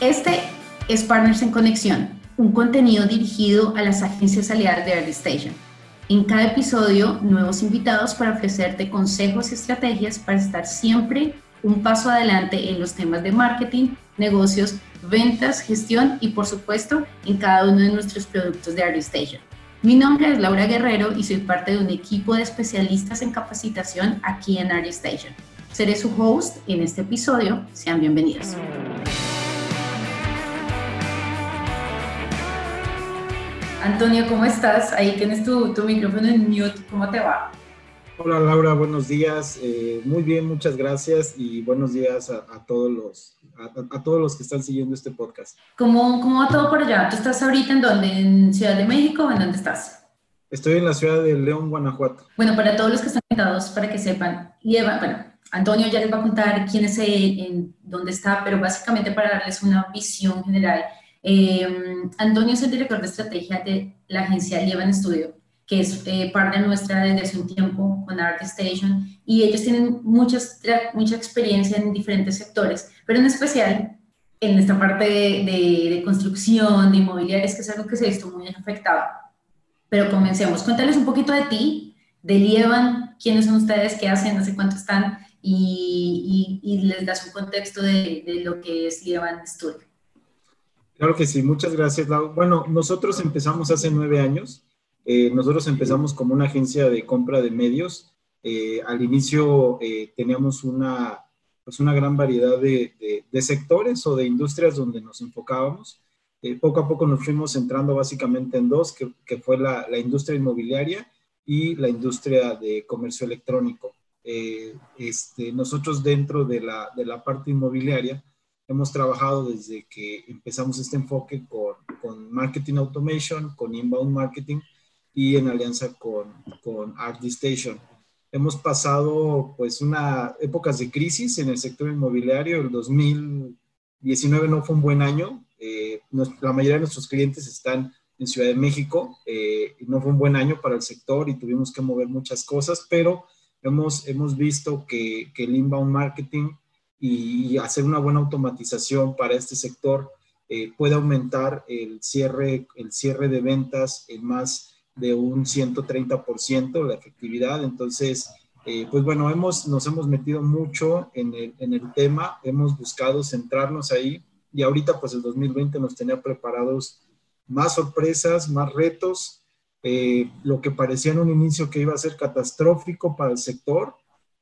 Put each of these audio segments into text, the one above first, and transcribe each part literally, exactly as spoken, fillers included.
Este es Partners en Conexión, un contenido dirigido a las agencias aliadas de ArtStation. En cada episodio, nuevos invitados para ofrecerte consejos y estrategias para estar siempre un paso adelante en los temas de marketing, negocios, ventas, gestión y, por supuesto, en cada uno de nuestros productos de ArtStation. Mi nombre es Laura Guerrero y soy parte de un equipo de especialistas en capacitación aquí en ArtStation. Seré su host en este episodio. Sean bienvenidos. Antonio, ¿cómo estás? Ahí tienes tu, tu micrófono en mute. ¿Cómo te va? Hola Laura, buenos días. Eh, muy bien, muchas gracias y buenos días a, a todos los a, a todos los que están siguiendo este podcast. ¿Cómo, ¿Cómo va todo por allá? ¿Tú estás ahorita en dónde? ¿En Ciudad de México o en dónde estás? Estoy en la ciudad de León, Guanajuato. Bueno, para todos los que están invitados, para que sepan, y Eva, bueno, Antonio ya les va a contar quién es él, en dónde está, pero básicamente para darles una visión general. Eh, Antonio es el director de estrategia de la agencia Lieban Studio, que es eh, partner nuestra desde hace un tiempo con ArtStation, y ellos tienen muchas, mucha experiencia en diferentes sectores, pero en especial en esta parte de, de, de construcción, de inmobiliarias, que es algo que se ha visto muy afectado. Pero comencemos. Cuéntales un poquito de ti, de Lieban, quiénes son ustedes, qué hacen, hace cuánto están, y, y, y les das un contexto de, de lo que es Lieban Studio. Claro que sí, muchas gracias, Lau. Bueno, nosotros empezamos hace nueve años. Eh, nosotros empezamos como una agencia de compra de medios. Eh, al inicio eh, teníamos una, pues una gran variedad de, de, de sectores o de industrias donde nos enfocábamos. Eh, poco a poco nos fuimos centrando básicamente en dos, que, que fue la, la industria inmobiliaria y la industria de comercio electrónico. Eh, este, nosotros dentro de la, de la parte inmobiliaria hemos trabajado desde que empezamos este enfoque con, con Marketing Automation, con Inbound Marketing y en alianza con, con ArtStation. Hemos pasado pues una épocas de crisis en el sector inmobiliario. El dos mil diecinueve no fue un buen año. Eh, nos, la mayoría de nuestros clientes están en Ciudad de México. Eh, no fue un buen año para el sector y tuvimos que mover muchas cosas, pero hemos, hemos visto que, que el Inbound Marketing y hacer una buena automatización para este sector eh, puede aumentar el cierre, el cierre de ventas en más de un ciento treinta por ciento la efectividad. Entonces, eh, pues bueno, hemos, nos hemos metido mucho en el, en el tema, hemos buscado centrarnos ahí y ahorita pues el dos mil veinte nos tenía preparados más sorpresas, más retos. Eh, lo que parecía en un inicio que iba a ser catastrófico para el sector,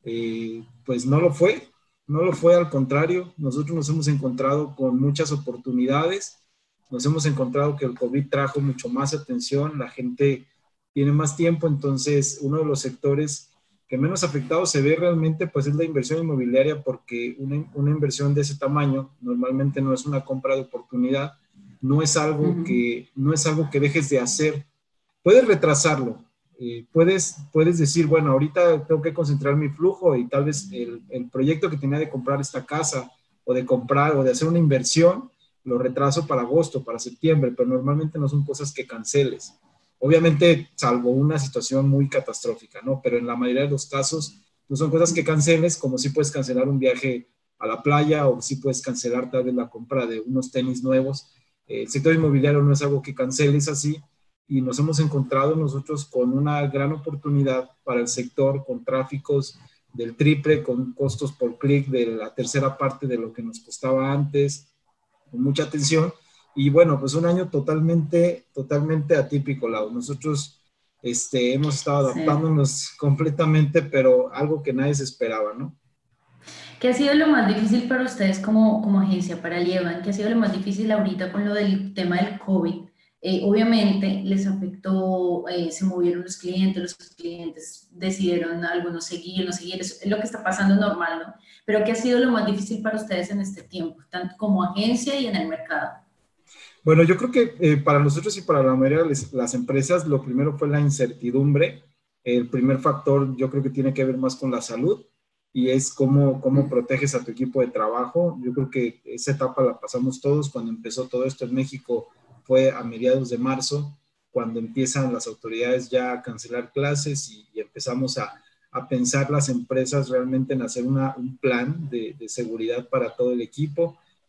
eh, pues no lo fue. No lo fue, al contrario, nosotros nos hemos encontrado con muchas oportunidades, nos hemos encontrado que el COVID trajo mucho más atención, la gente tiene más tiempo, entonces uno de los sectores que menos afectado se ve realmente pues es la inversión inmobiliaria, porque una, una inversión de ese tamaño normalmente no es una compra de oportunidad, no es algo, uh-huh. que, no es algo que dejes de hacer, puedes retrasarlo. Eh, puedes, puedes decir, bueno, ahorita tengo que concentrar mi flujo y tal vez el, el proyecto que tenía de comprar esta casa o de comprar o de hacer una inversión, lo retraso para agosto, para septiembre, pero normalmente no son cosas que canceles. Obviamente, salvo una situación muy catastrófica, ¿no? Pero en la mayoría de los casos no son cosas que canceles, como si puedes cancelar un viaje a la playa o si puedes cancelar tal vez la compra de unos tenis nuevos. Eh, el sector inmobiliario no es algo que canceles así. Y nos hemos encontrado nosotros con una gran oportunidad para el sector, con tráficos del triple, con costos por clic de la tercera parte de lo que nos costaba antes, con mucha atención. Y bueno, pues un año totalmente, totalmente atípico, Lau. Nosotros este, hemos estado adaptándonos sí. completamente, pero algo que nadie se esperaba, ¿no? ¿Qué ha sido lo más difícil para ustedes como, como agencia, para Lieban? ¿Qué ha sido lo más difícil ahorita con lo del tema del COVID? Eh, obviamente les afectó, eh, se movieron los clientes, los clientes decidieron algunos seguir, no seguir, eso es lo que está pasando normal, ¿no? Pero ¿qué ha sido lo más difícil para ustedes en este tiempo, tanto como agencia y en el mercado? Bueno, yo creo que eh, para nosotros y para la mayoría de las empresas, lo primero fue la incertidumbre. El primer factor yo creo que tiene que ver más con la salud y es cómo, cómo proteges a tu equipo de trabajo. Yo creo que esa etapa la pasamos todos cuando empezó todo esto en México. Fue a mediados de marzo, cuando empiezan las autoridades ya a cancelar clases y, y empezamos a, a pensar las empresas realmente en hacer una, un plan de, de seguridad para todo el equipo.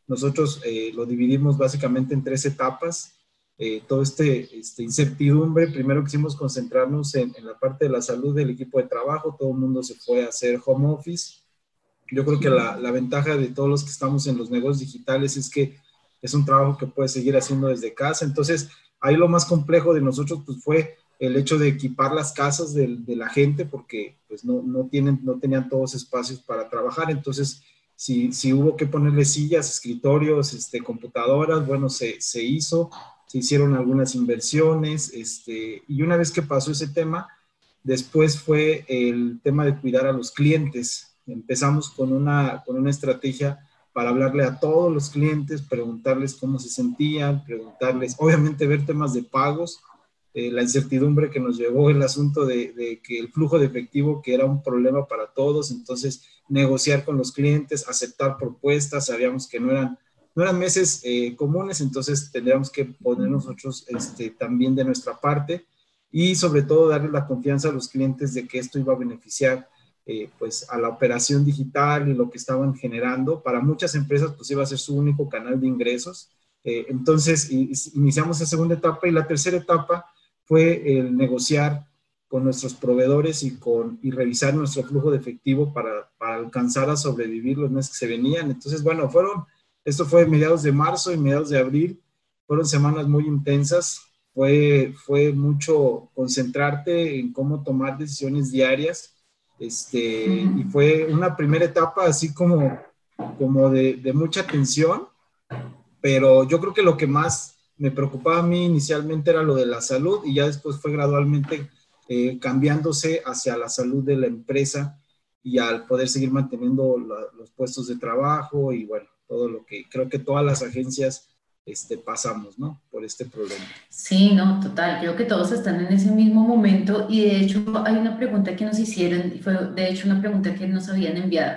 Nosotros eh, lo dividimos básicamente en tres etapas. Eh, todo este, este incertidumbre, primero quisimos concentrarnos en, en la parte de la salud del equipo de trabajo. Todo el mundo se fue a hacer home office. Yo creo que la, la ventaja de todos los que estamos en los negocios digitales es que es un trabajo que puedes seguir haciendo desde casa. Entonces, ahí lo más complejo de nosotros pues, fue el hecho de equipar las casas de, de la gente, porque pues, no, no, tienen, no tenían todos espacios para trabajar. Entonces, si, si hubo que ponerle sillas, escritorios, este, computadoras, bueno, se, se hizo, se hicieron algunas inversiones, este, y una vez que pasó ese tema, después fue el tema de cuidar a los clientes. Empezamos con una, con una estrategia para hablarle a todos los clientes, preguntarles cómo se sentían, preguntarles, obviamente ver temas de pagos, eh, la incertidumbre que nos llevó el asunto de, de que el flujo de efectivo, que era un problema para todos, entonces negociar con los clientes, aceptar propuestas, sabíamos que no eran, no eran meses eh, comunes, entonces tendríamos que poner nosotros este, también de nuestra parte y sobre todo darle la confianza a los clientes de que esto iba a beneficiar Eh, pues a la operación digital y lo que estaban generando. Para muchas empresas pues iba a ser su único canal de ingresos. Eh, entonces y, iniciamos la segunda etapa y la tercera etapa fue el negociar con nuestros proveedores y, con, y revisar nuestro flujo de efectivo para, para alcanzar a sobrevivir los meses que se venían. Entonces, bueno, fueron, esto fue mediados de marzo y mediados de abril, fueron semanas muy intensas, fue, fue mucho concentrarte en cómo tomar decisiones diarias. Este, y fue una primera etapa así como, como de, de mucha tensión, pero yo creo que lo que más me preocupaba a mí inicialmente era lo de la salud y ya después fue gradualmente eh, cambiándose hacia la salud de la empresa y al poder seguir manteniendo la, los puestos de trabajo y bueno, todo lo que creo que todas las agencias este, pasamos, ¿no? Por este problema. Sí, no, total. Creo que todos están en ese mismo momento y de hecho hay una pregunta que nos hicieron, y fue de hecho una pregunta que nos habían enviado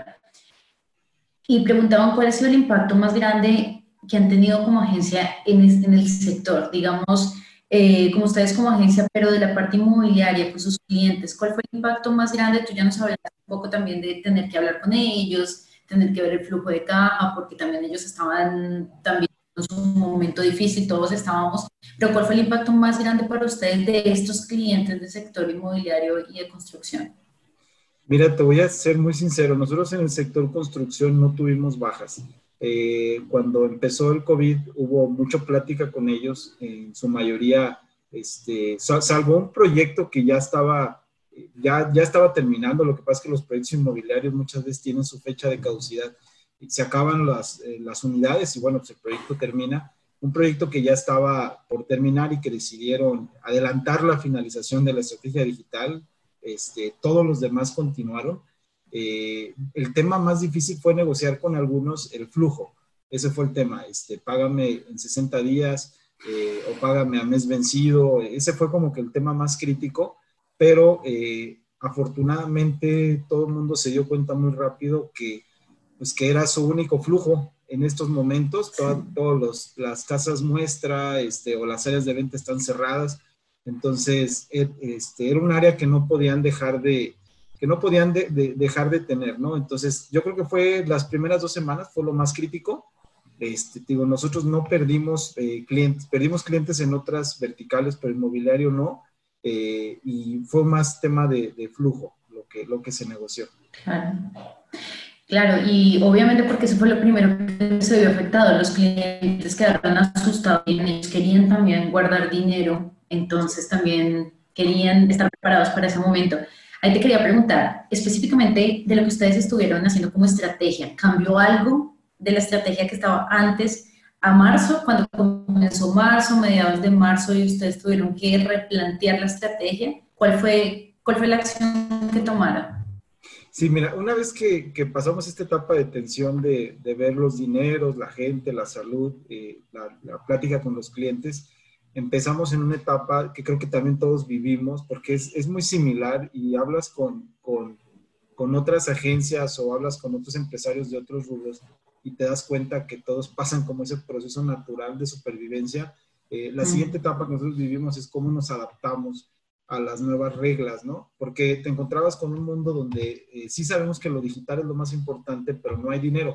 y preguntaban cuál ha sido el impacto más grande que han tenido como agencia en, este, en el sector, digamos, eh, como ustedes como agencia, pero de la parte inmobiliaria con sus clientes. ¿Cuál fue el impacto más grande? Tú ya nos hablaste un poco también de tener que hablar con ellos, tener que ver el flujo de caja, porque también ellos estaban también en un momento difícil, todos estábamos, pero ¿cuál fue el impacto más grande para ustedes de estos clientes del sector inmobiliario y de construcción? Mira, te voy a ser muy sincero, nosotros en el sector construcción no tuvimos bajas. Eh, cuando empezó el COVID hubo mucha plática con ellos, en su mayoría, este, salvo un proyecto que ya estaba, ya, ya estaba terminando. Lo que pasa es que los proyectos inmobiliarios muchas veces tienen su fecha de caducidad y se acaban las, eh, las unidades y bueno, pues el proyecto termina. Un proyecto que ya estaba por terminar y que decidieron adelantar la finalización de la estrategia digital. Este, todos los demás continuaron. Eh, el tema más difícil fue negociar con algunos el flujo. Ese fue el tema. Este, págame en sesenta días eh, o págame a mes vencido. Ese fue como que el tema más crítico, pero eh, afortunadamente todo el mundo se dio cuenta muy rápido que, pues, que era su único flujo en estos momentos. Todas las casas muestra este, o las áreas de venta están cerradas. Entonces, este, era un área que no podían dejar de, que no podían de, de, dejar de tener, ¿no? Entonces, yo creo que fue las primeras dos semanas, fue lo más crítico. Este, digo, nosotros no perdimos eh, clientes, perdimos clientes en otras verticales, pero inmobiliario no, eh, y fue más tema de, de flujo lo que, lo que se negoció. Claro. Claro, y obviamente porque eso fue lo primero que se vio afectado, los clientes quedaron asustados y ellos querían también guardar dinero, entonces también querían estar preparados para ese momento. Ahí te quería preguntar, específicamente de lo que ustedes estuvieron haciendo como estrategia, ¿cambió algo de la estrategia que estaba antes a marzo, cuando comenzó marzo, mediados de marzo y ustedes tuvieron que replantear la estrategia? ¿Cuál fue, cuál fue la acción que tomaron? Sí, mira, una vez que, que pasamos esta etapa de tensión de, de ver los dineros, la gente, la salud, eh, la, la plática con los clientes, empezamos en una etapa que creo que también todos vivimos, porque es, es muy similar y hablas con, con, con otras agencias o hablas con otros empresarios de otros rubros y te das cuenta que todos pasan como ese proceso natural de supervivencia. Eh, la siguiente etapa que nosotros vivimos es cómo nos adaptamos a las nuevas reglas, ¿no? Porque te encontrabas con un mundo donde eh, sí sabemos que lo digital es lo más importante, pero no hay dinero.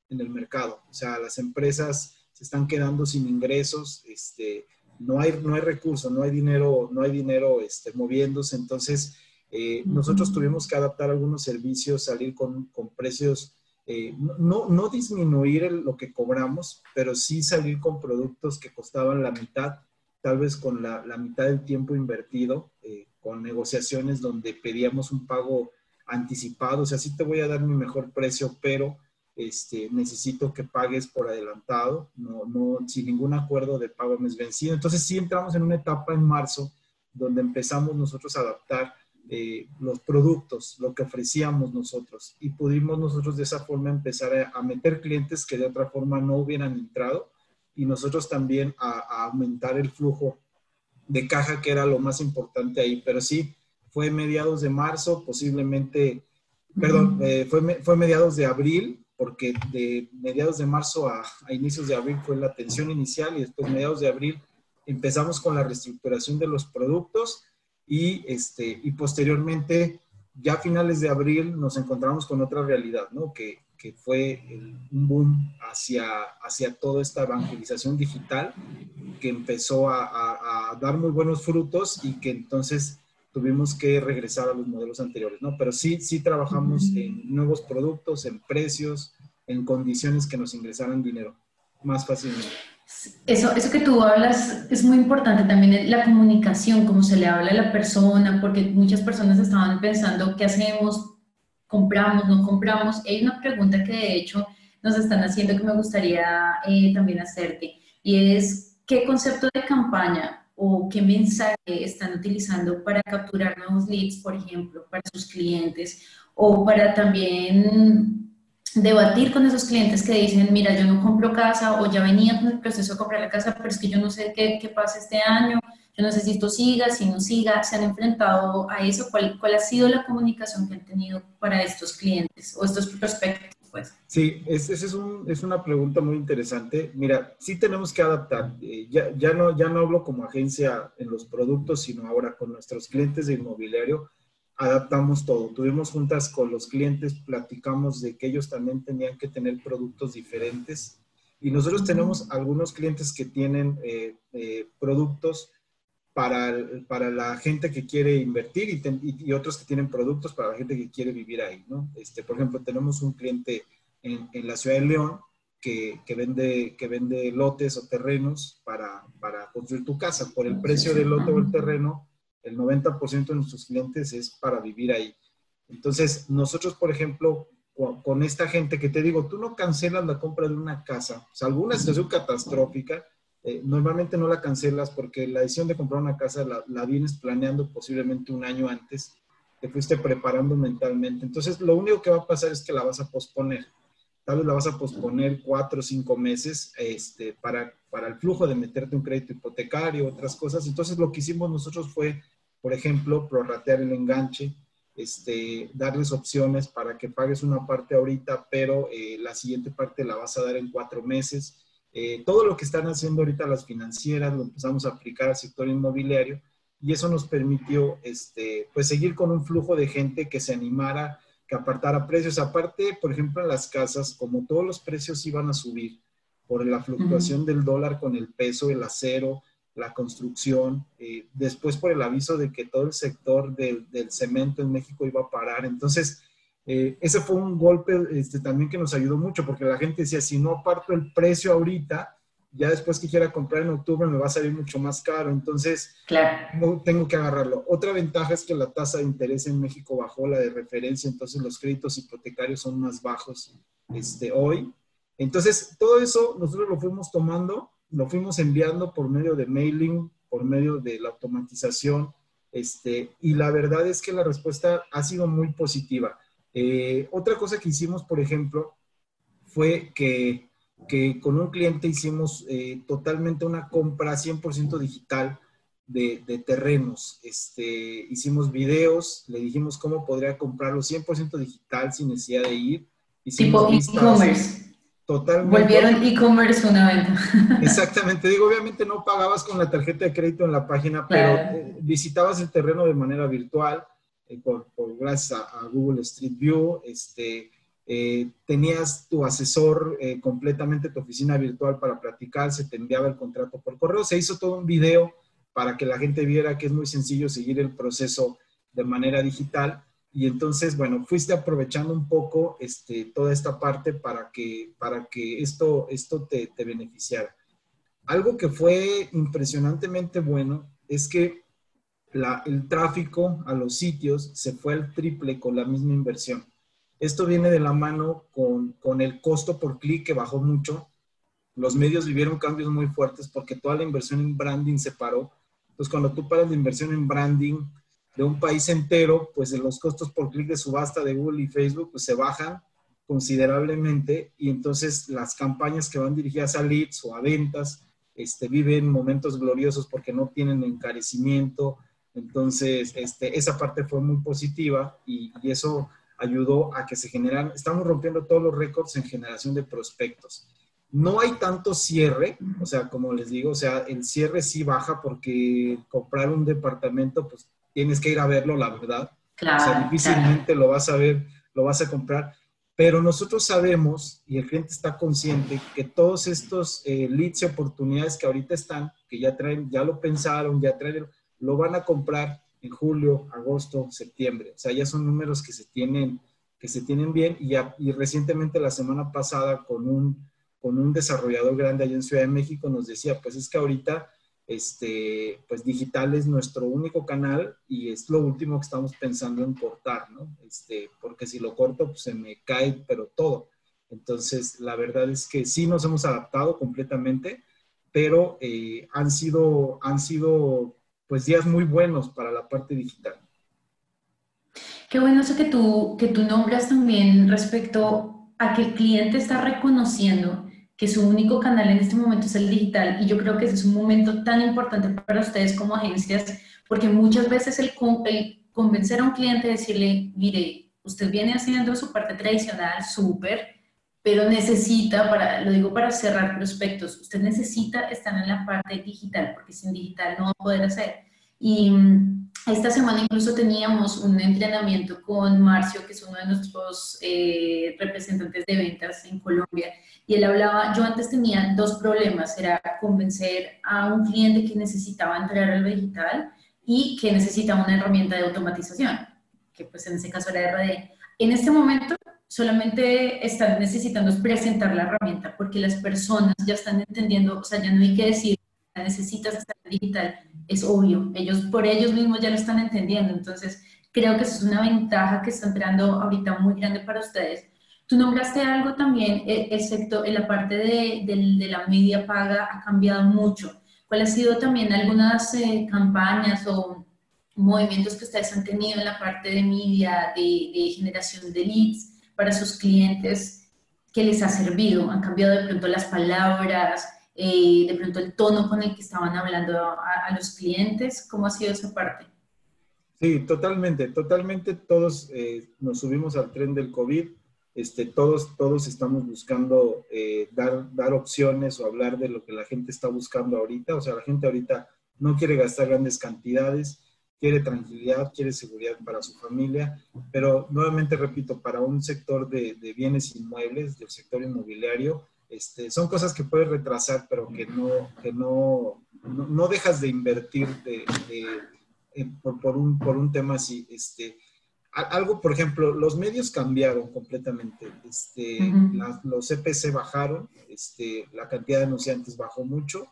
en el mercado. O sea, las empresas se están quedando sin ingresos, este, no hay, no hay recursos, no hay dinero, no hay dinero este, moviéndose. Entonces, eh, nosotros tuvimos que adaptar algunos servicios, salir con, con precios, eh, no, no disminuir el, lo que cobramos, pero sí salir con productos que costaban la mitad, tal vez con la, la mitad del tiempo invertido, eh, con negociaciones donde pedíamos un pago anticipado. O sea, sí te voy a dar mi mejor precio, pero este, necesito que pagues por adelantado, no, no, sin ningún acuerdo de pago mes vencido. Entonces sí entramos en una etapa en marzo donde empezamos nosotros a adaptar eh, los productos, lo que ofrecíamos nosotros, y pudimos nosotros de esa forma empezar a, a meter clientes que de otra forma no hubieran entrado, y nosotros también a, a aumentar el flujo de caja, que era lo más importante ahí. Pero sí, fue mediados de marzo, posiblemente, perdón, eh, fue, fue mediados de abril, porque de mediados de marzo a, a inicios de abril fue la atención inicial, y después mediados de abril empezamos con la reestructuración de los productos, y, este, y posteriormente, ya a finales de abril, nos encontramos con otra realidad, ¿no? Que, que fue el, un boom hacia, hacia toda esta evangelización digital, que empezó a, a, a dar muy buenos frutos, y que entonces tuvimos que regresar a los modelos anteriores, ¿no? Pero sí, sí trabajamos en nuevos productos, en precios, en condiciones que nos ingresaran dinero más fácilmente. Eso, eso que tú hablas es muy importante también, la comunicación, cómo se le habla a la persona, porque muchas personas estaban pensando, ¿qué hacemos? ¿Compramos? ¿No compramos? Hay una pregunta que de hecho nos están haciendo que me gustaría eh, también hacerte, y es, ¿qué concepto de campaña o qué mensaje están utilizando para capturar nuevos leads, por ejemplo, para sus clientes, o para también debatir con esos clientes que dicen, mira, yo no compro casa, o ya venía con el proceso de comprar la casa, pero es que yo no sé qué, qué pasa este año, yo no sé si esto siga, si no siga? ¿Se han enfrentado a eso? ¿Cuál, cuál ha sido la comunicación que han tenido para estos clientes o estos prospectos, pues? Sí, esa es, es, un, es una pregunta muy interesante. Mira, sí tenemos que adaptar. Eh, ya, ya, no, ya no hablo como agencia en los productos, sino ahora con nuestros clientes de inmobiliario. Adaptamos todo. Tuvimos juntas con los clientes, platicamos de que ellos también tenían que tener productos diferentes. Y nosotros tenemos algunos clientes que tienen eh, eh, productos para, para la gente que quiere invertir, y, ten, y, y otros que tienen productos para la gente que quiere vivir ahí, ¿no? Este, por ejemplo, tenemos un cliente en, en la ciudad de León que, que, vende, que vende lotes o terrenos para, para construir tu casa. Por el precio del lote o el terreno, el noventa por ciento de nuestros clientes es para vivir ahí. Entonces, nosotros, por ejemplo, con, con esta gente que te digo, tú no cancelas la compra de una casa, o sea, alguna situación catastrófica, eh, normalmente no la cancelas, porque la decisión de comprar una casa la, la vienes planeando posiblemente un año antes, te fuiste preparando mentalmente. Entonces, lo único que va a pasar es que la vas a posponer. Tal vez la vas a posponer cuatro o cinco meses este, para, para el flujo de meterte un crédito hipotecario, otras cosas. Entonces, lo que hicimos nosotros fue, por ejemplo, prorratear el enganche, este, darles opciones para que pagues una parte ahorita, pero eh, la siguiente parte la vas a dar en cuatro meses. Eh, todo lo que están haciendo ahorita las financieras lo empezamos a aplicar al sector inmobiliario, y eso nos permitió este, pues seguir con un flujo de gente que se animara, que apartara precios. Aparte, por ejemplo, en las casas, como todos los precios iban a subir por la fluctuación uh-huh. del dólar con el peso, el acero, la construcción, eh, después por el aviso de que todo el sector del, del cemento en México iba a parar. Entonces, eh, ese fue un golpe este, también que nos ayudó mucho, porque la gente decía, si no aparto el precio ahorita, ya después que quiera comprar en octubre me va a salir mucho más caro. Entonces, claro, no, tengo que agarrarlo. Otra ventaja es que la tasa de interés en México bajó, la de referencia, entonces los créditos hipotecarios son más bajos este, hoy. Entonces, todo eso nosotros lo fuimos tomando, lo fuimos enviando por medio de mailing, por medio de la automatización, este, y la verdad es que la respuesta ha sido muy positiva. Eh, otra cosa que hicimos, por ejemplo, fue que, que con un cliente hicimos eh, totalmente una compra cien por ciento digital de, de terrenos. Este, hicimos videos, le dijimos cómo podría comprarlo cien por ciento digital sin necesidad de ir. Hicimos tipo e-commerce. Totalmente. Volvieron e-commerce una venta. Exactamente. Digo, obviamente no pagabas con la tarjeta de crédito en la página, claro, pero eh, visitabas el terreno de manera virtual, eh, por, por, gracias a, a Google Street View, este, eh, tenías tu asesor eh, completamente, tu oficina virtual para platicar, se te enviaba el contrato por correo, se hizo todo un video para que la gente viera que es muy sencillo seguir el proceso de manera digital. Y entonces, bueno, fuiste aprovechando un poco este, toda esta parte para que, para que esto, esto te, te beneficiara. Algo que fue impresionantemente bueno es que la, el tráfico a los sitios se fue al triple con la misma inversión. Esto viene de la mano con, con el costo por clic que bajó mucho. Los medios vivieron cambios muy fuertes porque toda la inversión en branding se paró. Entonces, cuando tú paras la inversión en branding de un país entero, pues los costos por clic de subasta de Google y Facebook pues se bajan considerablemente y entonces las campañas que van dirigidas a leads o a ventas este, viven momentos gloriosos porque no tienen encarecimiento. Entonces, este, esa parte fue muy positiva y, y eso ayudó a que se generan, estamos rompiendo todos los récords en generación de prospectos. No hay tanto cierre, o sea, como les digo, o sea, el cierre sí baja porque comprar un departamento, pues tienes que ir a verlo, la verdad. Claro, o sea, difícilmente claro. lo vas a ver, lo vas a comprar. Pero nosotros sabemos, y el cliente está consciente, que todos estos eh, leads y oportunidades que ahorita están, que ya traen, ya lo pensaron, ya traen, lo van a comprar en julio, agosto, septiembre. O sea, ya son números que se tienen, que se tienen bien. Y, ya, y recientemente, la semana pasada, con un, con un desarrollador grande allá en Ciudad de México, nos decía, pues es que ahorita este, pues digital es nuestro único canal y es lo último que estamos pensando en cortar, ¿no? Este, porque si lo corto, pues se me cae, pero todo. Entonces, la verdad es que sí nos hemos adaptado completamente, pero eh, han sido, han sido, pues, días muy buenos para la parte digital. Qué bueno eso que tú, que tú nombras también respecto a que el cliente está reconociendo que su único canal en este momento es el digital y yo creo que ese es un momento tan importante para ustedes como agencias porque muchas veces el, el convencer a un cliente de decirle, mire, usted viene haciendo su parte tradicional súper, pero necesita, para, lo digo para cerrar prospectos, usted necesita estar en la parte digital porque sin digital no va a poder hacer. Y esta semana incluso teníamos un entrenamiento con Marcio, que es uno de nuestros eh, representantes de ventas en Colombia, y él hablaba, yo antes tenía dos problemas, era convencer a un cliente que necesitaba entrar a lo digital y que necesitaba una herramienta de automatización, que pues en ese caso era R D. En este momento solamente están necesitando presentar la herramienta porque las personas ya están entendiendo, o sea, ya no hay que decir, necesitas estar digital, es obvio, ellos por ellos mismos ya lo están entendiendo, entonces creo que eso es una ventaja que está entrando ahorita muy grande para ustedes. Tú nombraste algo también, el sector, en la parte de, de, de la media paga ha cambiado mucho. ¿Cuál ha sido también algunas eh, campañas o movimientos que ustedes han tenido en la parte de media, de, de generación de leads para sus clientes que les ha servido? ¿Han cambiado de pronto las palabras? Eh, de pronto el tono con el que estaban hablando a, a los clientes? ¿Cómo ha sido esa parte? Sí, totalmente, totalmente todos eh, nos subimos al tren del COVID, este, todos, todos estamos buscando eh, dar, dar opciones o hablar de lo que la gente está buscando ahorita, o sea, la gente ahorita no quiere gastar grandes cantidades, quiere tranquilidad, quiere seguridad para su familia, pero nuevamente repito, para un sector de, de bienes inmuebles, del sector inmobiliario, Este, son cosas que puedes retrasar, pero que no, que no, no, no dejas de invertir de, de, eh, por, por, un, por un tema así. Este, algo, por ejemplo, los medios cambiaron completamente. Este, Uh-huh. las, los C P C bajaron, este, la cantidad de anunciantes bajó mucho.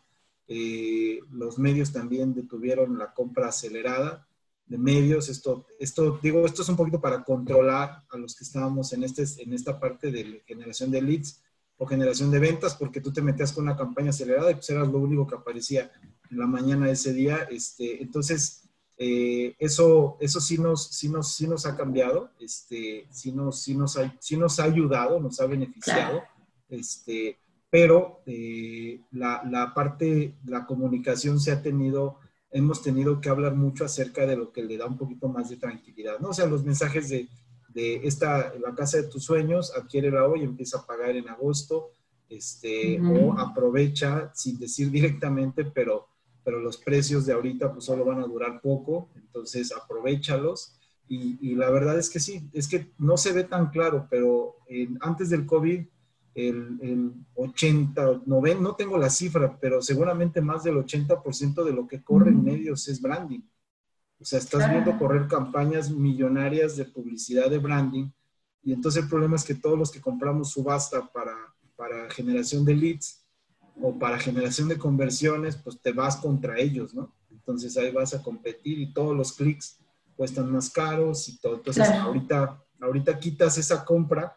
Eh, los medios también detuvieron la compra acelerada de medios. Esto, esto, digo, esto es un poquito para controlar a los que estábamos en, este, en esta parte de generación de leads o generación de ventas, porque tú te metías con una campaña acelerada y pues eras lo único que aparecía en la mañana de ese día. Este, entonces, eh, eso, eso sí, nos, sí, nos, sí nos ha cambiado, este, sí, nos, sí, nos ha, sí nos ha ayudado, nos ha beneficiado, Claro. este, pero eh, la, la parte, la comunicación se ha tenido, hemos tenido que hablar mucho acerca de lo que le da un poquito más de tranquilidad, ¿no? O sea, los mensajes de de esta, la casa de tus sueños, adquiérela hoy, empieza a pagar en agosto, este, Uh-huh. o aprovecha, sin decir directamente, pero, pero los precios de ahorita pues solo van a durar poco, entonces aprovechalos Y, y la verdad es que sí, es que no se ve tan claro, pero eh, antes del COVID, el, el ochenta, noventa, no tengo la cifra, pero seguramente más del ochenta por ciento de lo que corre en medios es branding. O sea, estás viendo Claro. correr campañas millonarias de publicidad de branding y entonces el problema es que todos los que compramos subasta para, para generación de leads o para generación de conversiones, pues te vas contra ellos, ¿no? Entonces ahí vas a competir y todos los clics cuestan más caros y todo. Entonces Claro. ahorita, ahorita quitas esa compra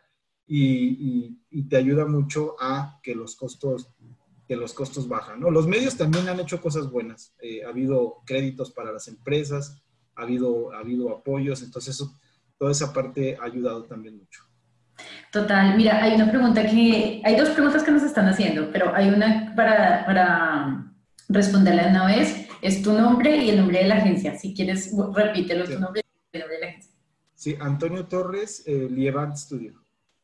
y, y, y te ayuda mucho a que los costos que los costos bajan, ¿no? Los medios también han hecho cosas buenas. Eh, ha habido créditos para las empresas, ha habido, ha habido apoyos, entonces eso, toda esa parte ha ayudado también mucho. Total, mira, hay una pregunta que, hay dos preguntas que nos están haciendo, pero hay una para, para responderla de una vez, es tu nombre y el nombre de la agencia. Si quieres, repítelo, tu Sí, nombre y el nombre de la agencia. sí, Antonio Torres, eh, Lievant Studio.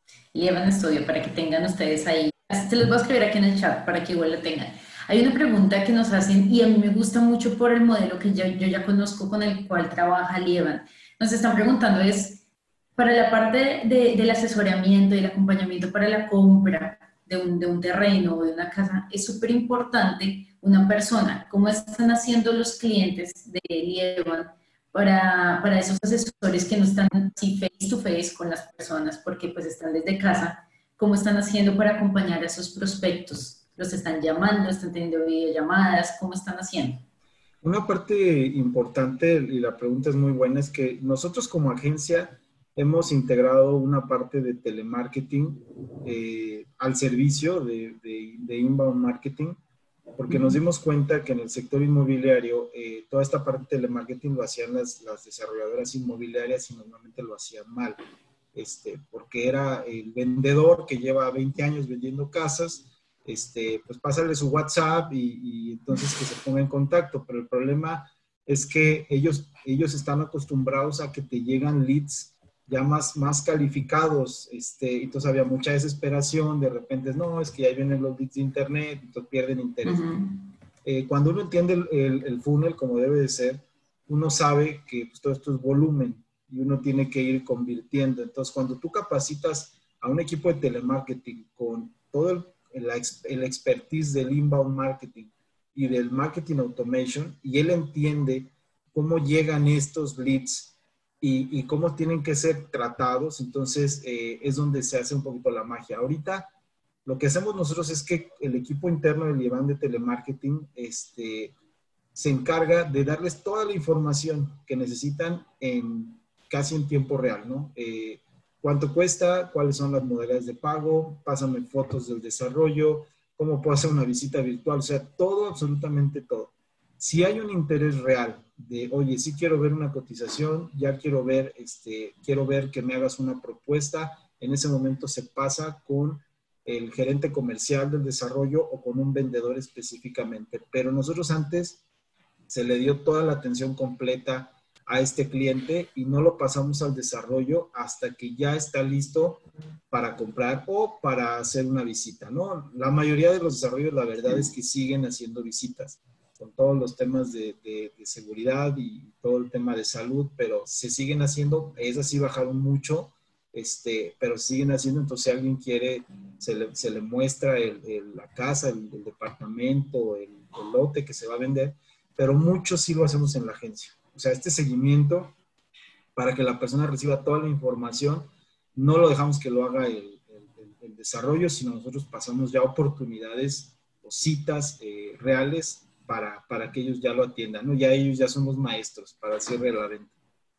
Y Evan Studio, para que tengan ustedes ahí. Se los voy a escribir aquí en el chat para que igual lo tengan. Hay una pregunta que nos hacen y a mí me gusta mucho por el modelo que yo, yo ya conozco con el cual trabaja Lievan. Nos están preguntando es, para la parte de, del asesoramiento y el acompañamiento para la compra de un, de un terreno o de una casa, es súper importante una persona. ¿Cómo están haciendo los clientes de Lievan para, para esos asesores que no están así face to face con las personas porque pues están desde casa? ¿Cómo están haciendo para acompañar a esos prospectos? ¿Los están llamando? ¿Están teniendo videollamadas? ¿Cómo están haciendo? Una parte importante, y la pregunta es muy buena, es que nosotros como agencia hemos integrado una parte de telemarketing eh, al servicio de, de, de inbound marketing, porque nos dimos cuenta que en el sector inmobiliario eh, toda esta parte de telemarketing lo hacían las, las desarrolladoras inmobiliarias y normalmente lo hacían mal, este, porque era el vendedor que lleva veinte años vendiendo casas, este, pues pásale su WhatsApp y, y entonces que se ponga en contacto, pero el problema es que ellos, ellos están acostumbrados a que te llegan leads ya más, más calificados, este, entonces había mucha desesperación, de repente, no, es que ya vienen los leads de internet, entonces pierden interés. Uh-huh. Eh, cuando uno entiende el, el, el, funnel como debe de ser, uno sabe que pues, todo esto es volumen y uno tiene que ir convirtiendo. Entonces, cuando tú capacitas a un equipo de telemarketing con todo el, el, el expertise del inbound marketing y del marketing automation, y él entiende cómo llegan estos leads y, y cómo tienen que ser tratados, entonces eh, es donde se hace un poquito la magia. Ahorita, lo que hacemos nosotros es que el equipo interno del Iván de telemarketing este, se encarga de darles toda la información que necesitan en casi en tiempo real, ¿no? Eh, ¿Cuánto cuesta? ¿Cuáles son las modalidades de pago? Pásame fotos del desarrollo. ¿Cómo puedo hacer una visita virtual? O sea, todo, absolutamente todo. Si hay un interés real de, oye, sí quiero ver una cotización, ya quiero ver, este, quiero ver que me hagas una propuesta, en ese momento se pasa con el gerente comercial del desarrollo o con un vendedor específicamente. Pero nosotros antes se le dio toda la atención completa a este cliente y no lo pasamos al desarrollo hasta que ya está listo para comprar o para hacer una visita, ¿no? La mayoría de los desarrollos, la verdad es que siguen haciendo visitas con todos los temas de, de, de seguridad y todo el tema de salud, pero se siguen haciendo, esas sí bajaron mucho, este, pero siguen haciendo, entonces si alguien quiere, se le, se le muestra el, el, la casa, el, el departamento, el, el lote que se va a vender, pero mucho sí lo hacemos en la agencia. O sea, este seguimiento para que la persona reciba toda la información, no lo dejamos que lo haga el, el, el desarrollo, sino nosotros pasamos ya oportunidades o citas eh, reales para, para que ellos ya lo atiendan, ¿no? Ya ellos ya son los maestros para cierre de la venta.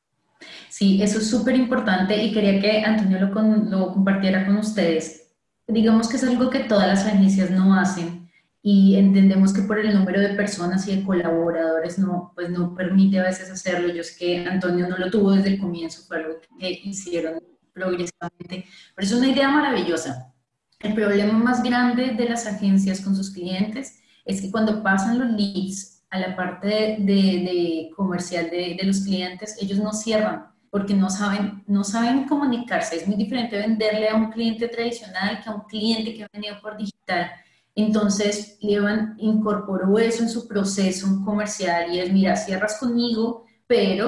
Sí, eso es súper importante y quería que Antonio lo, con, lo compartiera con ustedes. Digamos que es algo que todas las agencias no hacen y entendemos que por el número de personas y de colaboradores no, pues no permite a veces hacerlo. Yo sé que Antonio no lo tuvo desde el comienzo, fue algo que hicieron progresivamente, pero es una idea maravillosa. El problema más grande de las agencias con sus clientes es que cuando pasan los leads a la parte de, de, de comercial de, de los clientes, ellos no cierran porque no saben, no saben comunicarse. Es muy diferente venderle a un cliente tradicional que a un cliente que ha venido por digital. Entonces, Lievan incorporó eso en su proceso comercial y es, mira, cierras conmigo, pero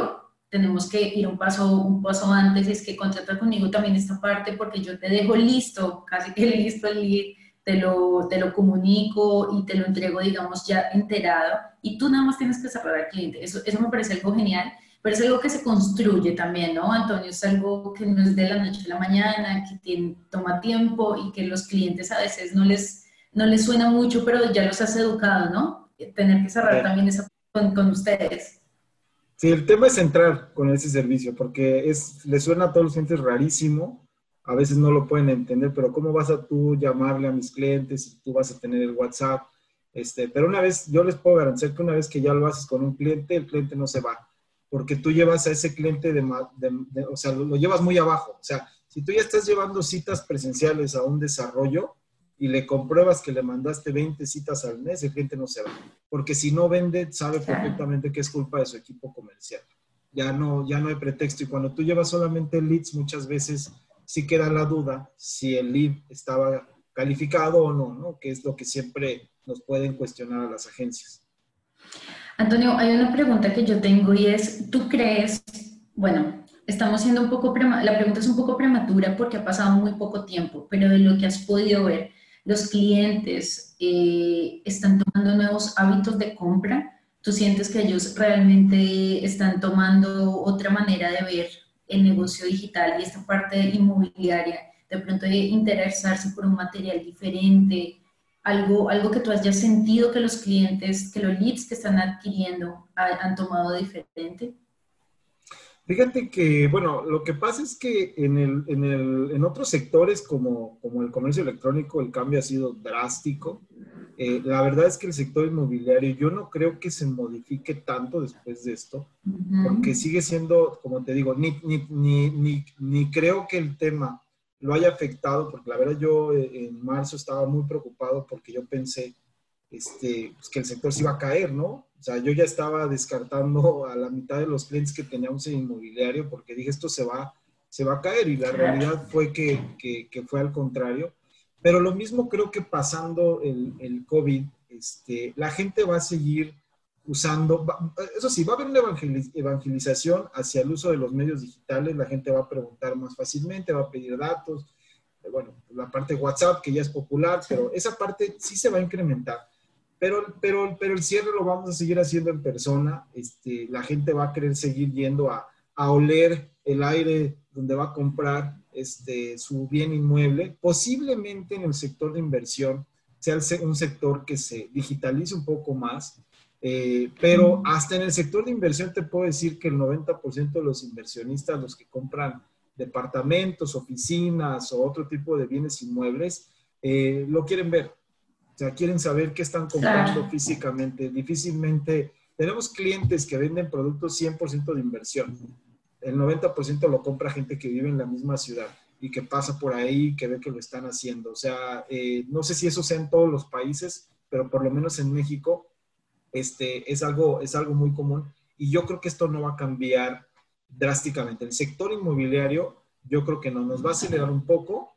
tenemos que ir un paso, un paso antes, es que contrata conmigo también esta parte porque yo te dejo listo, casi que listo el lead, te lo, te lo comunico y te lo entrego, digamos, ya enterado, y tú nada más tienes que cerrar al cliente. Eso, eso me parece algo genial, pero es algo que se construye también, ¿no, Antonio? Es algo que no es de la noche a la mañana, que tiene, toma tiempo y que los clientes a veces no les, no les suena mucho, pero ya los has educado, ¿no? Tener que cerrar Eh, también esa con, con ustedes. Sí, el tema es entrar con ese servicio, porque es, le suena a todos los clientes rarísimo, a veces no lo pueden entender, pero ¿cómo vas a tú llamarle a mis clientes si tú vas a tener el WhatsApp? Este, pero una vez, yo les puedo garantizar que una vez que ya lo haces con un cliente, el cliente no se va, porque tú llevas a ese cliente de, de, de o sea, lo, lo llevas muy abajo. O sea, si tú ya estás llevando citas presenciales a un desarrollo y le compruebas que le mandaste veinte citas al mes, el cliente no se va, porque si no vende, sabe Claro. perfectamente que es culpa de su equipo comercial. Ya no, ya no hay pretexto. Y cuando tú llevas solamente leads, muchas veces sí queda la duda si el lead estaba calificado o no, ¿no? Que es lo que siempre nos pueden cuestionar a las agencias. Antonio, hay una pregunta que yo tengo y es, ¿tú crees, bueno, estamos siendo un poco, prema- la pregunta es un poco prematura porque ha pasado muy poco tiempo, pero de lo que has podido ver, los clientes eh, están tomando nuevos hábitos de compra? ¿Tú sientes que ellos realmente están tomando otra manera de ver el negocio digital y esta parte inmobiliaria, de pronto de interesarse por un material diferente? Algo, algo que tú hayas sentido que los clientes, que los leads que están adquiriendo ha- han tomado diferente. Fíjate que, bueno, lo que pasa es que en, el, en, el, en otros sectores como, como el comercio electrónico el cambio ha sido drástico. Eh, la verdad es que el sector inmobiliario yo no creo que se modifique tanto después de esto, porque Ujú. sigue siendo, como te digo, ni, ni, ni, ni, ni creo que el tema lo haya afectado, porque la verdad yo eh, en marzo estaba muy preocupado porque yo pensé este, pues que el sector se iba a caer, ¿no? O sea, yo ya estaba descartando a la mitad de los clientes que teníamos en inmobiliario porque dije, esto se va, se va a caer, y la Claro. realidad fue que, que, que fue al contrario. Pero lo mismo creo que pasando el, el COVID, este, la gente va a seguir usando, va, eso sí, va a haber una evangelización hacia el uso de los medios digitales, la gente va a preguntar más fácilmente, va a pedir datos, bueno, la parte de WhatsApp que ya es popular, Sí. pero esa parte sí se va a incrementar. Pero, pero, pero el cierre lo vamos a seguir haciendo en persona. Este, la gente va a querer seguir yendo a, a oler el aire donde va a comprar este, su bien inmueble. Posiblemente en el sector de inversión sea un sector que se digitalice un poco más, eh, pero Mm. hasta en el sector de inversión te puedo decir que el noventa por ciento de los inversionistas, los que compran departamentos, oficinas o otro tipo de bienes inmuebles, eh, lo quieren ver. O sea, quieren saber qué están comprando Claro. físicamente. Difícilmente, tenemos clientes que venden productos cien por ciento de inversión. El noventa por ciento lo compra gente que vive en la misma ciudad y que pasa por ahí, que ve que lo están haciendo. O sea, eh, no sé si eso sea en todos los países, pero por lo menos en México este, es, algo, es algo muy común. Y yo creo que esto no va a cambiar drásticamente. El sector inmobiliario, yo creo que no, nos va a acelerar un poco.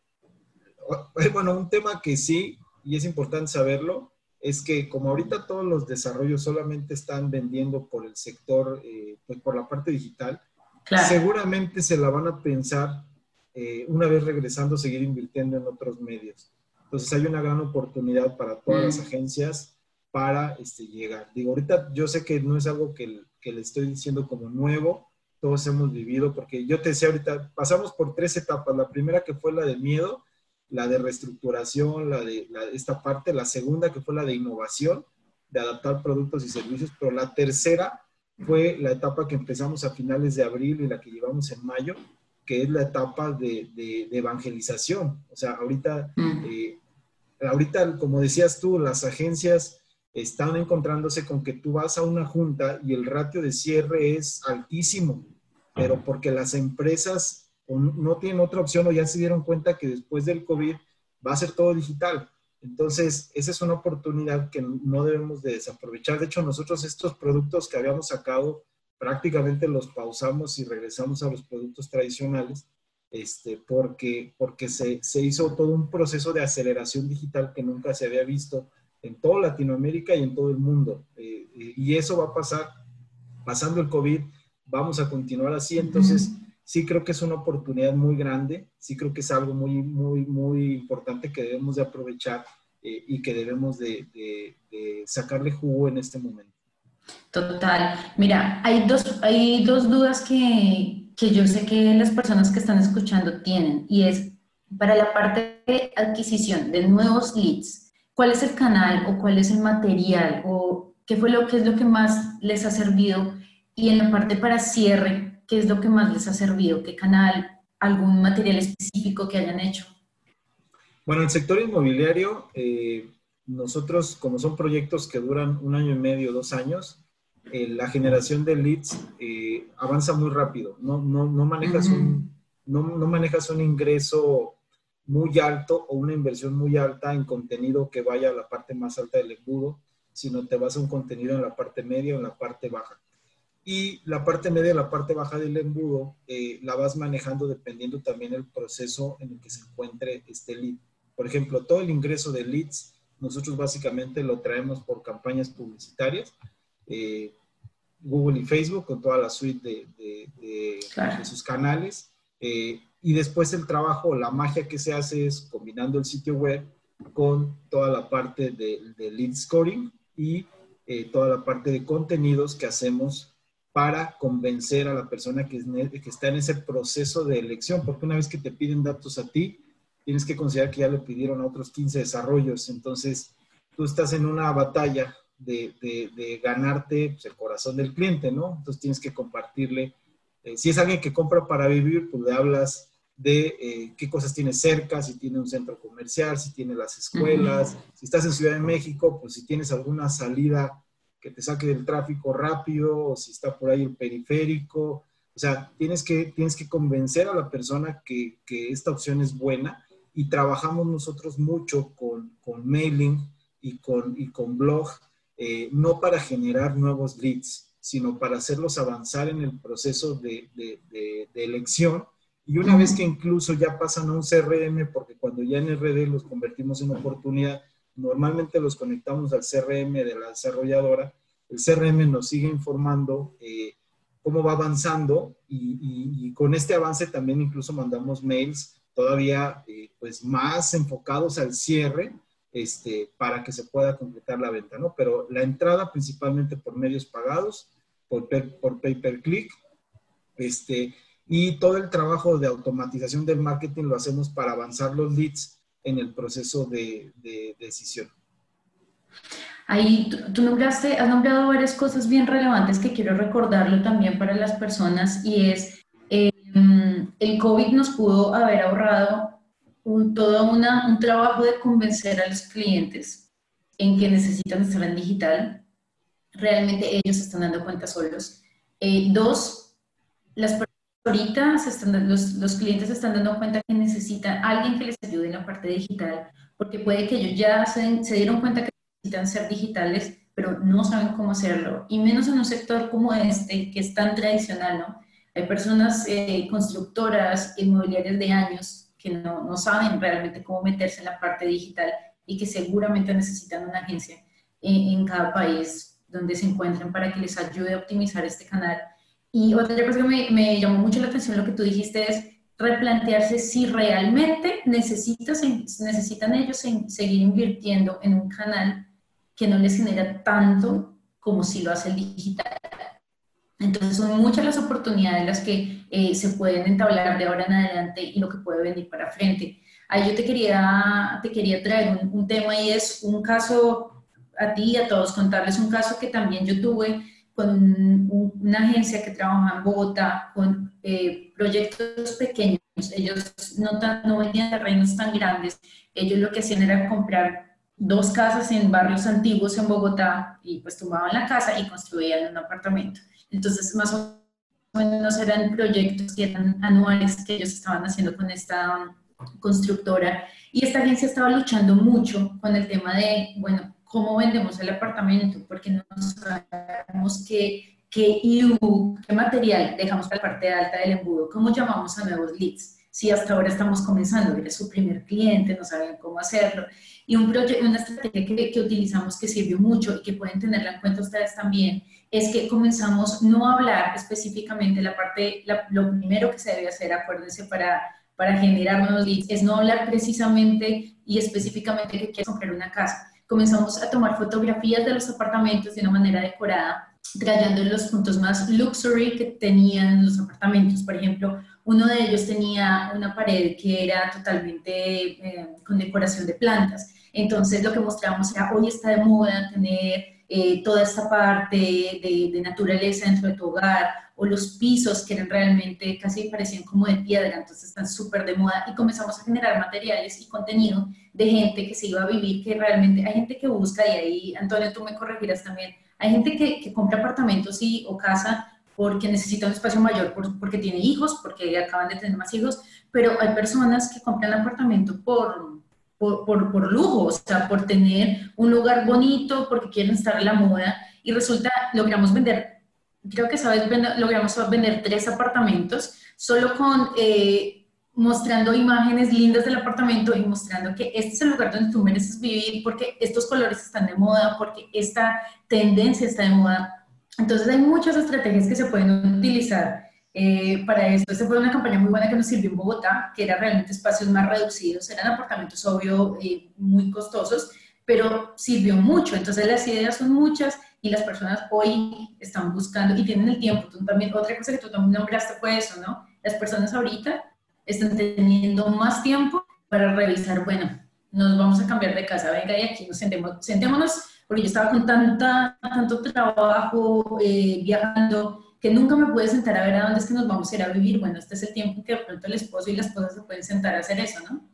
Bueno, un tema que sí, y es importante saberlo, es que como ahorita todos los desarrollos solamente están vendiendo por el sector, eh, pues por la parte digital, Claro. seguramente se la van a pensar eh, una vez regresando, seguir invirtiendo en otros medios. Entonces hay una gran oportunidad para todas las Mm. agencias para este, llegar. Digo, ahorita yo sé que no es algo que, que le estoy diciendo como nuevo, todos hemos vivido, porque yo te decía ahorita, pasamos por tres etapas. La primera que fue la de miedo, la de reestructuración, la de la, esta parte, la segunda que fue la de innovación, de adaptar productos y servicios, pero la tercera fue la etapa que empezamos a finales de abril y la que llevamos en mayo, que es la etapa de, de, de evangelización. O sea, ahorita, Mm. eh, ahorita, como decías tú, las agencias están encontrándose con que tú vas a una junta y el ratio de cierre es altísimo, pero porque las empresas no tienen otra opción o ya se dieron cuenta que después del COVID va a ser todo digital. Entonces, esa es una oportunidad que no debemos de desaprovechar. De hecho, nosotros estos productos que habíamos sacado prácticamente los pausamos y regresamos a los productos tradicionales, este, porque, porque se, se hizo todo un proceso de aceleración digital que nunca se había visto en toda Latinoamérica y en todo el mundo. Eh, y eso va a pasar pasando el COVID. vamos a continuar así. Entonces, sí creo que es una oportunidad muy grande, sí creo que es algo muy, muy, muy importante que debemos de aprovechar eh, y que debemos de, de, de sacarle jugo en este momento. Total. Mira, hay dos, hay dos dudas que, que yo sé que las personas que están escuchando tienen, y es para la parte de adquisición de nuevos leads, ¿cuál es el canal o cuál es el material o qué fue lo que es lo que más les ha servido? Y en la parte para cierre, ¿qué es lo que más les ha servido? ¿Qué canal? ¿Algún material específico que hayan hecho? Bueno, el sector inmobiliario, eh, nosotros, como son proyectos que duran un año y medio, dos años, eh, la generación de leads eh, avanza muy rápido. No, no, no, manejas un, no, no manejas un ingreso muy alto o una inversión muy alta en contenido que vaya a la parte más alta del embudo, sino te vas a un contenido en la parte media o en la parte baja. Y la parte media y la parte baja del embudo eh, la vas manejando dependiendo también del proceso en el que se encuentre este lead. Por ejemplo, todo el ingreso de leads, nosotros básicamente lo traemos por campañas publicitarias, eh, Google y Facebook con toda la suite de, de, de, claro. de sus canales. Eh, y después el trabajo, la magia que se hace es combinando el sitio web con toda la parte de, de lead scoring y eh, toda la parte de contenidos que hacemos para convencer a la persona que, es, que está en ese proceso de elección, porque una vez que te piden datos a ti, tienes que considerar que ya le pidieron a otros quince desarrollos. Entonces, tú estás en una batalla de, de, de ganarte pues, el corazón del cliente, ¿no? Entonces, tienes que compartirle. Eh, si es alguien que compra para vivir, pues le hablas de eh, qué cosas tiene cerca, si tiene un centro comercial, si tiene las escuelas. Uh-huh. Si estás en Ciudad de México, pues si tienes alguna salida que te saque del tráfico rápido, o si está por ahí el periférico. O sea, tienes que, tienes que convencer a la persona que, que esta opción es buena. Y trabajamos nosotros mucho con, con mailing y con, y con blog, eh, no para generar nuevos leads, sino para hacerlos avanzar en el proceso de, de, de, de elección. Y una vez que incluso ya pasan a un C R M, porque cuando ya en R D los convertimos en oportunidad, normalmente los conectamos al C R M de la desarrolladora, el C R M nos sigue informando eh, cómo va avanzando y, y, y con este avance también incluso mandamos mails todavía eh, pues más enfocados al cierre este, para que se pueda completar la venta, ¿no? Pero la entrada principalmente por medios pagados, por, por pay-per-click, este, y todo el trabajo de automatización del marketing lo hacemos para avanzar los leads en el proceso de, de, de decisión. Ahí tú, tú nombraste, has nombrado varias cosas bien relevantes que quiero recordarlo también para las personas y es eh, el COVID nos pudo haber ahorrado un, todo una, un trabajo de convencer a los clientes en que necesitan estar en digital. Realmente ellos se están dando cuenta solos. Eh, dos, las personas ahorita se están, los, los clientes se están dando cuenta que necesitan alguien que les ayude en la parte digital, porque puede que ellos ya se, se dieron cuenta que necesitan ser digitales, pero no saben cómo hacerlo, y menos en un sector como este, que es tan tradicional, ¿no? Hay personas, eh, constructoras, inmobiliarias de años, que no, no saben realmente cómo meterse en la parte digital y que seguramente necesitan una agencia en, en cada país donde se encuentren para que les ayude a optimizar este canal. Y otra cosa que me, me llamó mucho la atención, lo que tú dijiste es replantearse si realmente necesitas, necesitan ellos en seguir invirtiendo en un canal que no les genera tanto como si lo hace el digital. Entonces son muchas las oportunidades las que eh, se pueden entablar de ahora en adelante y lo que puede venir para frente. Ahí yo te quería, te quería traer un, un tema y es un caso, a ti y a todos, contarles un caso que también yo tuve con un, un, una agencia que trabaja en Bogotá con eh, proyectos pequeños. Ellos no, tan, no vendían terrenos tan grandes. Ellos lo que hacían era comprar dos casas en barrios antiguos en Bogotá y pues tomaban la casa y construían un apartamento. Entonces, más o menos eran proyectos que eran anuales que ellos estaban haciendo con esta constructora. Y esta agencia estaba luchando mucho con el tema de, bueno, ¿cómo vendemos el apartamento? Porque no sabemos qué, qué I U, qué material dejamos para la parte alta del embudo, ¿cómo llamamos a nuevos leads? si hasta ahora estamos comenzando, eres su primer cliente, no saben cómo hacerlo. Y un proyecto, una estrategia que, que utilizamos que sirvió mucho y que pueden tenerla en cuenta ustedes también, es que comenzamos no a hablar específicamente la parte, la, lo primero que se debe hacer, acuérdense, para, para generar nuevos leads, es no hablar precisamente y específicamente que quieres comprar una casa. Comenzamos a tomar fotografías de los apartamentos de una manera decorada, trayendo los puntos más luxury que tenían los apartamentos. Por ejemplo, uno de ellos tenía una pared que era totalmente eh, con decoración de plantas. Entonces, lo que mostrábamos era, hoy está de moda tener eh, toda esta parte de, de naturaleza dentro de tu hogar, o los pisos que eran realmente casi parecían como de piedra, entonces están súper de moda, y comenzamos a generar materiales y contenido de gente que se iba a vivir, que realmente hay gente que busca, y ahí, Antonio, tú me corregirás también, hay gente que, que compra apartamentos y, o casa porque necesita un espacio mayor, por, porque tiene hijos, porque acaban de tener más hijos, pero hay personas que compran apartamento por, por, por, por lujo, o sea, por tener un lugar bonito, porque quieren estar en la moda, y resulta, logramos vender, creo que sabes, logramos vender tres apartamentos, solo con... Eh, mostrando imágenes lindas del apartamento y mostrando que este es el lugar donde tú mereces vivir, porque estos colores están de moda, porque esta tendencia está de moda. Entonces hay muchas estrategias que se pueden utilizar eh, para esto. Esta fue una campaña muy buena que nos sirvió en Bogotá, que eran realmente espacios más reducidos, eran apartamentos, obvio, eh, muy costosos, pero sirvió mucho. Entonces las ideas son muchas y las personas hoy están buscando y tienen el tiempo. Tú también, otra cosa que tú también nombraste fue eso, ¿no? Las personas ahorita están teniendo más tiempo para revisar, bueno, nos vamos a cambiar de casa, venga, y aquí nos sentemos, sentémonos, porque yo estaba con tanta, tanto trabajo, eh, viajando, que nunca me pude sentar a ver a dónde es que nos vamos a ir a vivir. Bueno, este es el tiempo que de pronto el esposo y la esposa se pueden sentar a hacer eso, ¿no?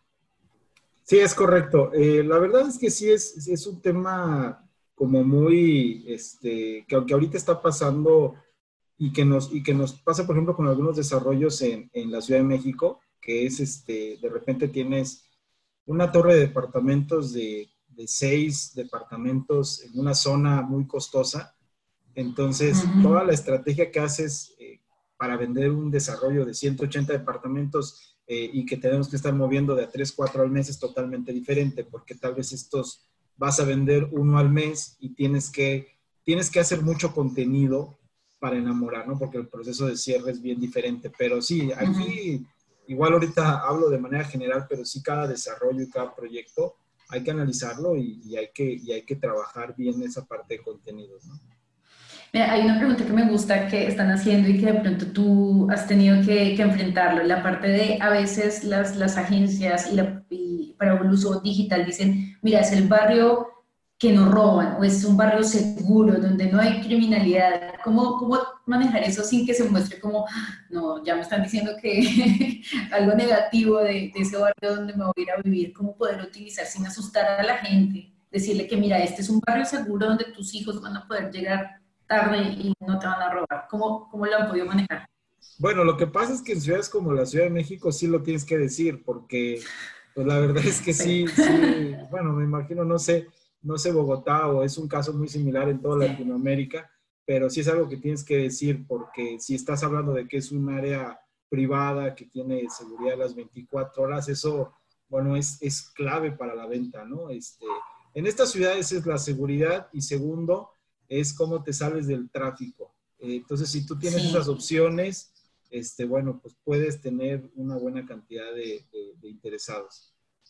Sí, es correcto. Eh, la verdad es que sí es, es un tema como muy, este, que aunque ahorita está pasando... Y que, nos, y que nos pasa, por ejemplo, con algunos desarrollos en, en la Ciudad de México, que es, este, de repente tienes una torre de departamentos de, de seis departamentos en una zona muy costosa. Entonces, uh-huh. toda la estrategia que haces eh, para vender un desarrollo de ciento ochenta departamentos eh, y que tenemos que estar moviendo de a tres, cuatro al mes es totalmente diferente, porque tal vez estos vas a vender uno al mes y tienes que, tienes que hacer mucho contenido para enamorar, ¿no? Porque el proceso de cierre es bien diferente. Pero sí, aquí, uh-huh. igual ahorita hablo de manera general, pero sí cada desarrollo y cada proyecto hay que analizarlo y, y, hay, que, y hay que trabajar bien esa parte de contenidos, ¿no? Mira, hay una pregunta que me gusta que están haciendo y que de pronto tú has tenido que, que enfrentarlo. La parte de, a veces las, las agencias y, la, y para el uso digital dicen, mira, es el barrio que no roban, o es un barrio seguro, donde no hay criminalidad. ¿Cómo, cómo manejar eso sin que se muestre como, no, ya me están diciendo que algo negativo de, de ese barrio donde me voy a ir a vivir? ¿Cómo poder utilizar sin asustar a la gente? Decirle que, mira, este es un barrio seguro donde tus hijos van a poder llegar tarde y no te van a robar. ¿Cómo, cómo lo han podido manejar? Bueno, lo que pasa es que en ciudades como la Ciudad de México sí lo tienes que decir, porque pues la verdad es que sí, sí, bueno, me imagino, no sé, no sé Bogotá, o es un caso muy similar en toda Latinoamérica, pero sí es algo que tienes que decir, porque si estás hablando de que es un área privada que tiene seguridad las veinticuatro horas, eso, bueno, es, es clave para la venta, ¿no? Este, en estas ciudades es la seguridad, y segundo, es cómo te sales del tráfico. Eh, entonces, si tú tienes sí. esas opciones, este, bueno, pues puedes tener una buena cantidad de, de, de interesados.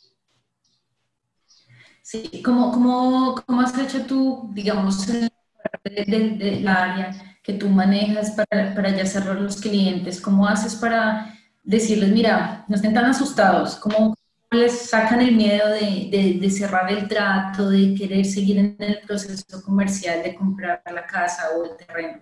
Sí, ¿cómo, cómo, cómo has hecho tú, digamos, en de, de, de la área que tú manejas para, para ya cerrar los clientes? ¿Cómo haces para decirles, mira, no estén tan asustados? ¿Cómo les sacan el miedo de, de, de cerrar el trato, de querer seguir en el proceso comercial de comprar la casa o el terreno?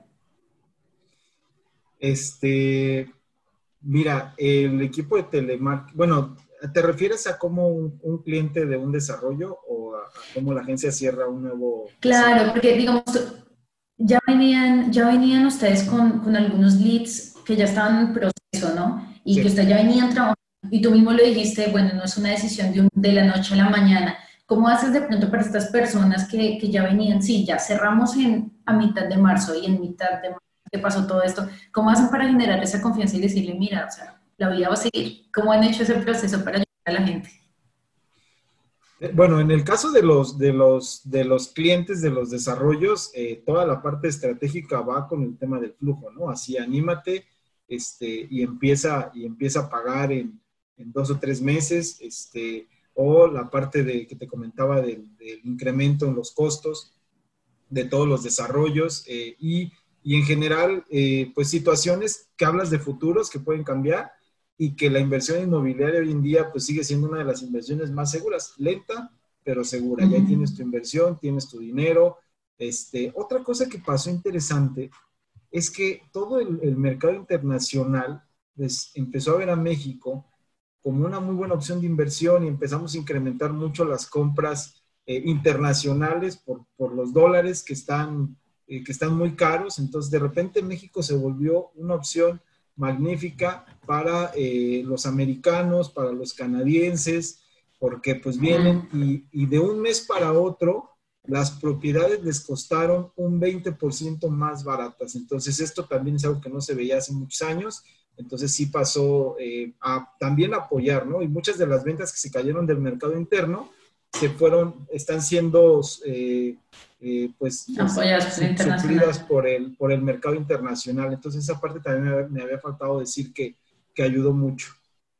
Este, mira, el equipo de telemarketing, bueno, ¿te refieres a cómo un, un cliente de un desarrollo o a, a cómo la agencia cierra un nuevo Claro, desarrollo? porque digamos, ya venían, ya venían ustedes con, con algunos leads que ya estaban en proceso, ¿no? Y sí. que ustedes ya venían trabajando, y tú mismo lo dijiste, bueno, no es una decisión de, un, de la noche a la mañana. ¿Cómo haces de pronto para estas personas que, que ya venían, sí, ya cerramos en, a mitad de marzo y en mitad de marzo que pasó todo esto? ¿Cómo hacen para generar esa confianza y decirle, mira, o sea, la vida va a seguir. ¿Cómo han hecho ese proceso para ayudar a la gente? Bueno, en el caso de los, de los, de los clientes de los desarrollos, eh, toda la parte estratégica va con el tema del flujo, ¿no? Así, anímate este, y, empieza, y empieza a pagar en, en dos o tres meses, este, o la parte de, que te comentaba del, del incremento en los costos de todos los desarrollos eh, y, y en general, eh, pues situaciones que hablas de futuros que pueden cambiar y que la inversión inmobiliaria hoy en día pues sigue siendo una de las inversiones más seguras, lenta, pero segura. Ya tienes tu inversión, tienes tu dinero. Este, otra cosa que pasó interesante es que todo el, el mercado internacional pues, empezó a ver a México como una muy buena opción de inversión y empezamos a incrementar mucho las compras eh, internacionales por, por los dólares que están, eh, que están muy caros. Entonces, de repente México se volvió una opción magnífica para eh, los americanos, para los canadienses, porque pues vienen y, y de un mes para otro las propiedades les costaron un veinte por ciento más baratas. Entonces esto también es algo que no se veía hace muchos años. Entonces sí pasó eh, a también apoyar, ¿no? Y muchas de las ventas que se cayeron del mercado interno se fueron, están siendo eh, eh, pues, pues Apoyadas por su, el suplidas internacional. por el, por el mercado internacional. Entonces esa parte también me, me había faltado decir que, que ayudó mucho.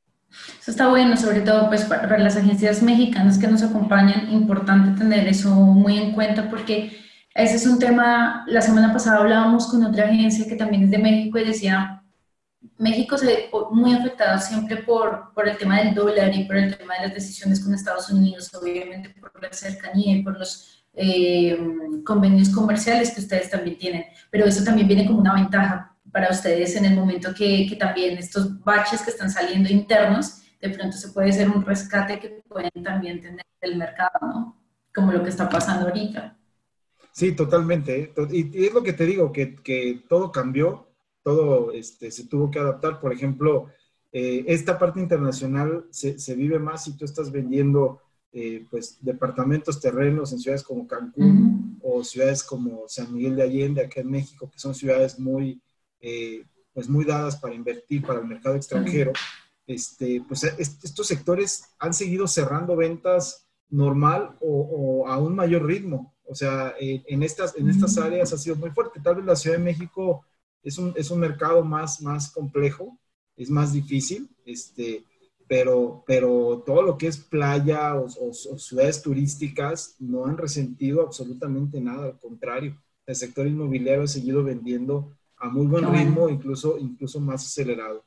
Eso está bueno, sobre todo pues para las agencias mexicanas que nos acompañan, importante tener eso muy en cuenta porque ese es un tema, la semana pasada hablábamos con otra agencia que también es de México y decía, México se ve muy afectado siempre por, por el tema del dólar y por el tema de las decisiones con Estados Unidos, obviamente por la cercanía y por los eh, convenios comerciales que ustedes también tienen, pero eso también viene como una ventaja para ustedes en el momento que, que también estos baches que están saliendo internos, de pronto se puede hacer un rescate que pueden también tener del mercado, ¿no? Como lo que está pasando ahorita. Sí, totalmente. ¿eh? Y, y es lo que te digo, que, que todo cambió, todo este, se tuvo que adaptar. Por ejemplo, eh, esta parte internacional se, se, vive más si tú estás vendiendo eh, pues, departamentos, terrenos en ciudades como Cancún uh-huh. o ciudades como San Miguel de Allende, acá en México, que son ciudades muy, eh, pues muy dadas para invertir para el mercado extranjero. Uh-huh. Este, pues est estos sectores han seguido cerrando ventas normal o, o a un mayor ritmo. O sea, eh, en, estas, en estas áreas ha sido muy fuerte. Tal vez la Ciudad de México es un, es un mercado más, más complejo, es más difícil, este, pero, pero todo lo que es playa o, o, o ciudades turísticas no han resentido absolutamente nada, al contrario. El sector inmobiliario ha seguido vendiendo a muy buen ritmo, incluso, incluso más acelerado.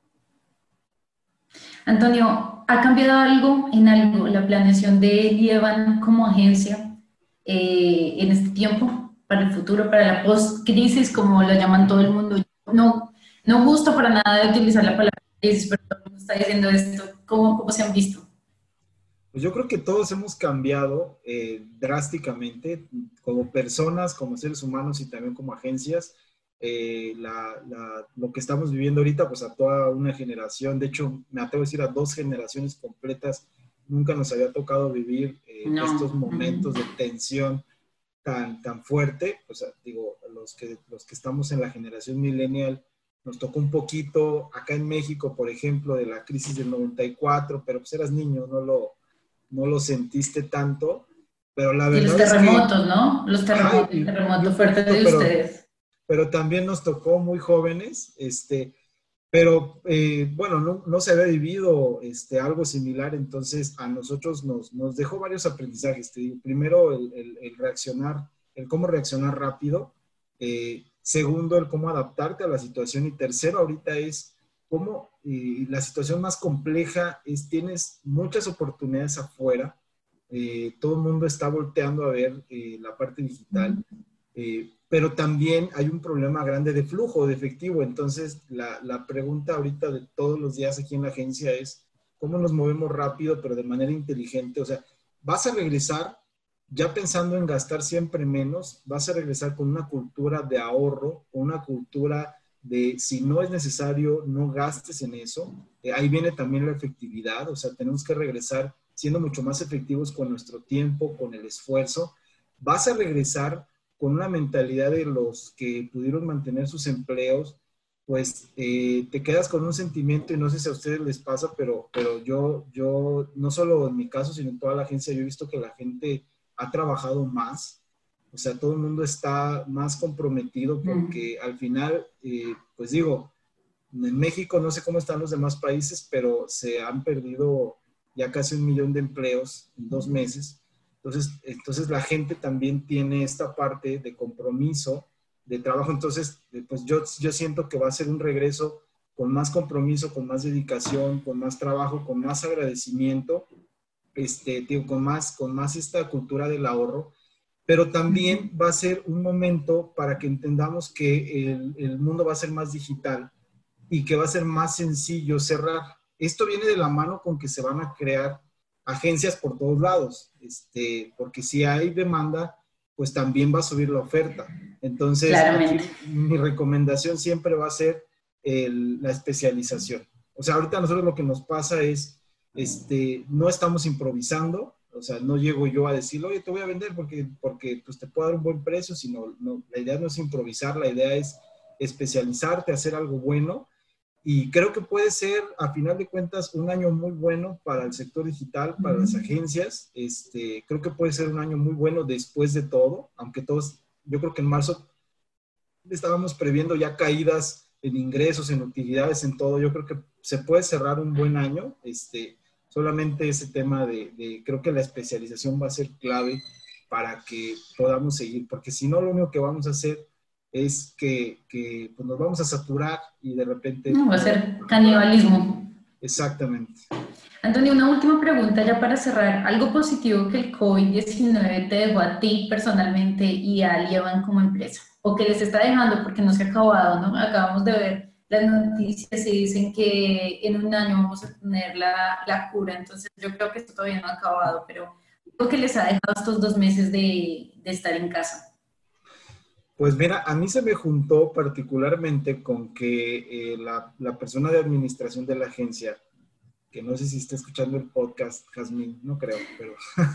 Antonio, ¿ha cambiado algo en algo la planeación de Lieban como agencia eh, en este tiempo, para el futuro, para la post-crisis, como lo llaman todo el mundo? No, no gusto para nada de utilizar la palabra crisis, pero todo el mundo está diciendo esto. ¿Cómo, cómo se han visto? Pues yo creo que todos hemos cambiado eh, drásticamente como personas, como seres humanos y también como agencias. Eh, la, la, lo que estamos viviendo ahorita, pues a toda una generación, de hecho me atrevo a decir a dos generaciones completas, nunca nos había tocado vivir eh, no. estos momentos de tensión tan, tan fuerte. O sea, digo, los que, los que estamos en la generación millennial, nos tocó un poquito acá en México, por ejemplo, de la crisis del noventa y cuatro, pero pues eras niño, no lo, no lo sentiste tanto, pero la verdad y los terremotos, es que, ¿no? Los terremotos, ay, el terremoto y fuerte poquito, de pero, ustedes. Pero también nos tocó muy jóvenes, este, pero eh, bueno, no, no se había vivido este, algo similar, entonces a nosotros nos, nos dejó varios aprendizajes. Te digo, primero, el, el, el reaccionar, el cómo reaccionar rápido. Eh, segundo, el cómo adaptarte a la situación. Y tercero, ahorita es cómo eh, la situación más compleja es, tienes muchas oportunidades afuera. Eh, todo el mundo está volteando a ver eh, la parte digital. Eh, pero también hay un problema grande de flujo, de efectivo. Entonces, la, la pregunta ahorita de todos los días aquí en la agencia es, ¿cómo nos movemos rápido, pero de manera inteligente? O sea, vas a regresar ya pensando en gastar siempre menos, vas a regresar con una cultura de ahorro, con una cultura de si no es necesario, no gastes en eso. Eh, ahí viene también la efectividad, o sea, tenemos que regresar siendo mucho más efectivos con nuestro tiempo, con el esfuerzo. Vas a regresar con una mentalidad de los que pudieron mantener sus empleos pues eh, te quedas con un sentimiento, y no sé si a ustedes les pasa, pero, pero yo, yo, no solo en mi caso, sino en toda la agencia, yo he visto que la gente ha trabajado más, o sea, todo el mundo está más comprometido Mm. porque al final, eh, pues digo, en México no sé cómo están los demás países, pero se han perdido ya casi un millón de empleos en dos meses. Entonces, entonces la gente también tiene esta parte de compromiso, de trabajo. Entonces, eh, pues yo, yo siento que va a ser un regreso con más compromiso, con más dedicación, con más trabajo, con más agradecimiento, este, digo, con más, con más esta cultura del ahorro, pero también va a ser un momento para que entendamos que el, el mundo va a ser más digital y que va a ser más sencillo cerrar. Esto viene de la mano con que se van a crear agencias por todos lados, este, porque si hay demanda, pues también va a subir la oferta. Entonces, aquí Claramente. mi recomendación siempre va a ser el, la especialización. O sea, ahorita a nosotros lo que nos pasa es, este, no estamos improvisando, o sea, no llego yo a decir, oye, te voy a vender porque, porque pues, te puedo dar un buen precio, sino no, la idea no es improvisar, la idea es especializarte, hacer algo bueno, y creo que puede ser, a final de cuentas, un año muy bueno para el sector digital, para las agencias. Este, creo que puede ser un año muy bueno después de todo, aunque todos, yo creo que en marzo estábamos previendo ya caídas en ingresos, en utilidades, en todo. Yo creo que se puede cerrar un buen año. Este, solamente ese tema de, de, creo que la especialización va a ser clave para que podamos seguir, porque si no, lo único que vamos a hacer es que, que pues nos vamos a saturar y de repente No, va a no ser vamos a mejorar. canibalismo. Exactamente. Antonio, una última pregunta ya para cerrar. ¿Algo positivo que el COVID diecinueve te dejó a ti personalmente y a Lieban como empresa? ¿O que les está dejando porque no se ha acabado, ¿no? Acabamos de ver las noticias y dicen que en un año vamos a tener la, la cura, entonces yo creo que esto todavía no ha acabado, pero ¿algo que les ha dejado estos dos meses de, de estar en casa? Pues mira, a mí se me juntó particularmente con que eh, la, la persona de administración de la agencia, que no sé si está escuchando el podcast, Jazmín, no creo, pero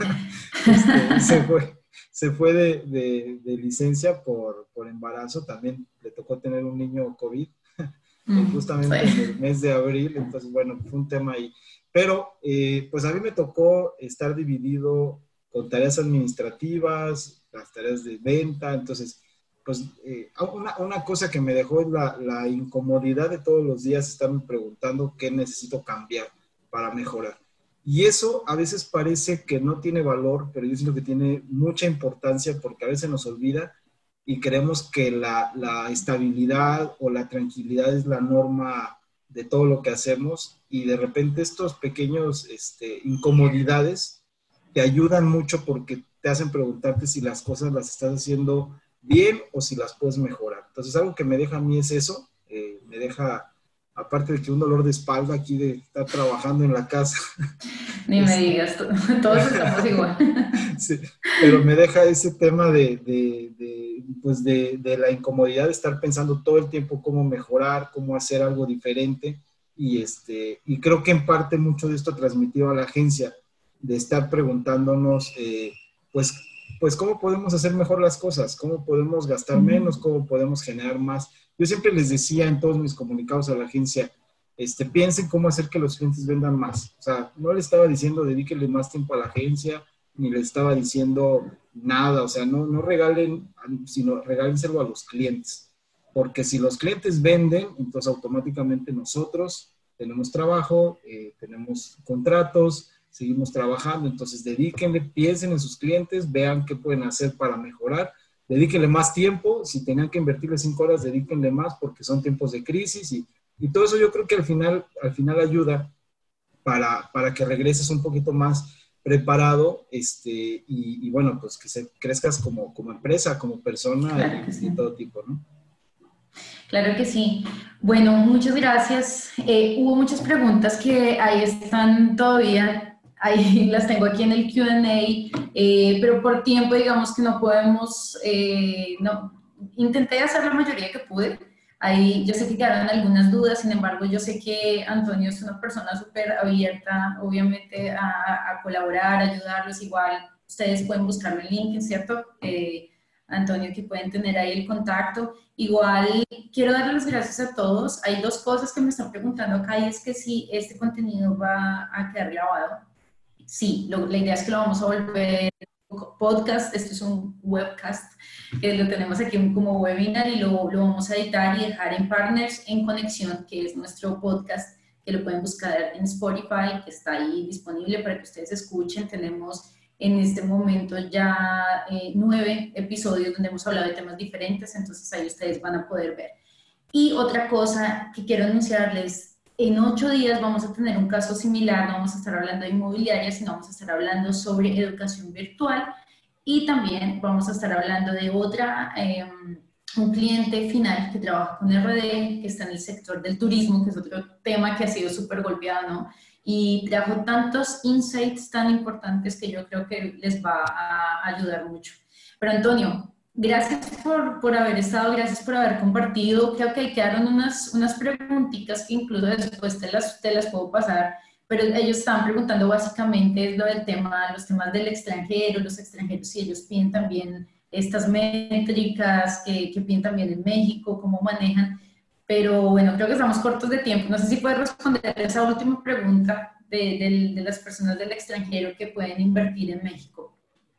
este, se fue, se fue de, de, de licencia por, por embarazo. También le tocó tener un niño COVID, eh, Mm, justamente en el sí. mes de abril. Entonces, bueno, fue un tema ahí. Pero, eh, pues a mí me tocó estar dividido con tareas administrativas, las tareas de venta. Entonces, pues eh, una, una cosa que me dejó es la, la incomodidad de todos los días estarme preguntando qué necesito cambiar para mejorar. Y eso a veces parece que no tiene valor, pero yo siento que tiene mucha importancia porque a veces nos olvida y creemos que la, la estabilidad o la tranquilidad es la norma de todo lo que hacemos, y de repente estos pequeños este, incomodidades te ayudan mucho porque te hacen preguntarte si las cosas las estás haciendo bien o si las puedes mejorar. Entonces, algo que me deja a mí es eso, eh, me deja, aparte de que un dolor de espalda aquí de estar trabajando en la casa, Ni me este, digas, todos estamos igual. sí, pero me deja ese tema de, de, de, pues de, de la incomodidad de estar pensando todo el tiempo cómo mejorar, cómo hacer algo diferente. Y, este, y creo que en parte mucho de esto transmitido a la agencia, de estar preguntándonos, eh, pues, pues cómo podemos hacer mejor las cosas, cómo podemos gastar menos, cómo podemos generar más. Yo siempre les decía en todos mis comunicados a la agencia, este, piensen cómo hacer que los clientes vendan más. O sea, no le estaba diciendo dedíquenle más tiempo a la agencia, ni le estaba diciendo nada. O sea, no, no regalen, sino regálenselo a los clientes. Porque si los clientes venden, entonces automáticamente nosotros tenemos trabajo, eh, tenemos contratos, seguimos trabajando. Entonces dedíquenle, piensen en sus clientes, vean qué pueden hacer para mejorar. Dedíquenle más tiempo, si tenían que invertirle cinco horas, dedíquenle más porque son tiempos de crisis, y, y todo eso yo creo que al final, al final ayuda para, para que regreses un poquito más preparado, este, y, y bueno, pues que se, crezcas como, como empresa, como persona Claro y que sí. de todo tipo, ¿no? Claro que sí. Bueno, muchas gracias. Eh, hubo muchas preguntas que ahí están todavía, ahí las tengo aquí en el Q and A, eh, pero por tiempo digamos que no podemos, eh, no, intenté hacer la mayoría que pude. Ahí yo sé que quedaron algunas dudas, sin embargo yo sé que Antonio es una persona súper abierta, obviamente, a, a colaborar, a ayudarlos. Igual ustedes pueden buscarlo en LinkedIn, ¿cierto? Eh, Antonio, que pueden tener ahí el contacto. Igual quiero darles las gracias a todos. Hay dos cosas que me están preguntando acá y es que si este contenido va a quedar grabado. Sí, lo, la idea es que lo vamos a volver podcast, esto es un webcast, que lo tenemos aquí como webinar y lo, lo vamos a editar y dejar en Partners en Conexión, que es nuestro podcast, que lo pueden buscar en Spotify, que está ahí disponible para que ustedes escuchen. Tenemos en este momento ya eh, nueve episodios donde hemos hablado de temas diferentes, entonces ahí ustedes van a poder ver. Y otra cosa que quiero anunciarles, en ocho días vamos a tener un caso similar, no vamos a estar hablando de inmobiliaria, sino vamos a estar hablando sobre educación virtual y también vamos a estar hablando de otra, eh, un cliente final que trabaja con R D, que está en el sector del turismo, que es otro tema que ha sido súper golpeado, ¿no? Y trajo tantos insights tan importantes que yo creo que les va a ayudar mucho. Pero Antonio, gracias por, por haber estado, gracias por haber compartido. Creo que ahí quedaron unas, unas preguntitas que incluso después te las, te las puedo pasar, pero ellos estaban preguntando básicamente lo del tema, los temas del extranjero, los extranjeros, si ellos piden también estas métricas, que, que piden también en México, cómo manejan. Pero bueno, creo que estamos cortos de tiempo. No sé si puedes responder a esa última pregunta de, de, de las personas del extranjero que pueden invertir en México.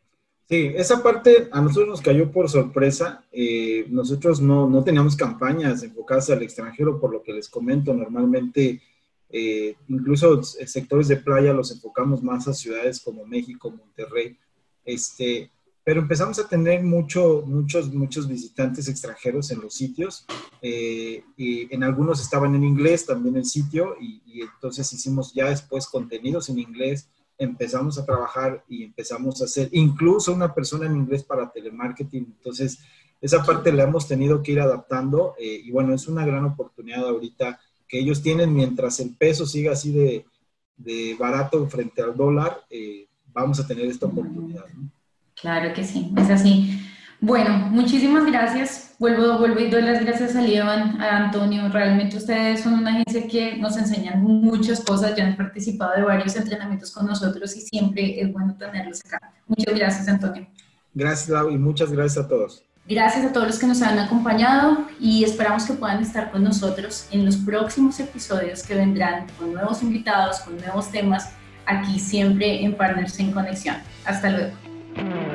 Sí, esa parte a nosotros nos cayó por sorpresa. Eh, nosotros no, no teníamos campañas enfocadas al extranjero, por lo que les comento. Normalmente, eh, incluso sectores de playa los enfocamos más a ciudades como México, Monterrey. Este, pero empezamos a tener mucho, muchos, muchos visitantes extranjeros en los sitios. Eh, y en algunos estaban en inglés también el sitio, y, y entonces hicimos ya después contenidos en inglés. Empezamos a trabajar y empezamos a hacer incluso una persona en inglés para telemarketing. Entonces, esa parte la hemos tenido que ir adaptando, eh, y bueno, es una gran oportunidad ahorita que ellos tienen mientras el peso siga así de, de barato frente al dólar. Eh, vamos a tener esta oportunidad, ¿no? Claro que sí, es así. Bueno, muchísimas gracias. Vuelvo, vuelvo y doy las gracias a Lieban, a Antonio. Realmente ustedes son una agencia que nos enseñan muchas cosas. Ya han participado de varios entrenamientos con nosotros y siempre es bueno tenerlos acá. Muchas gracias, Antonio. Gracias, Lau, y muchas gracias a todos. Gracias a todos los que nos han acompañado y esperamos que puedan estar con nosotros en los próximos episodios que vendrán con nuevos invitados, con nuevos temas, aquí siempre en Partners en Conexión. Hasta luego.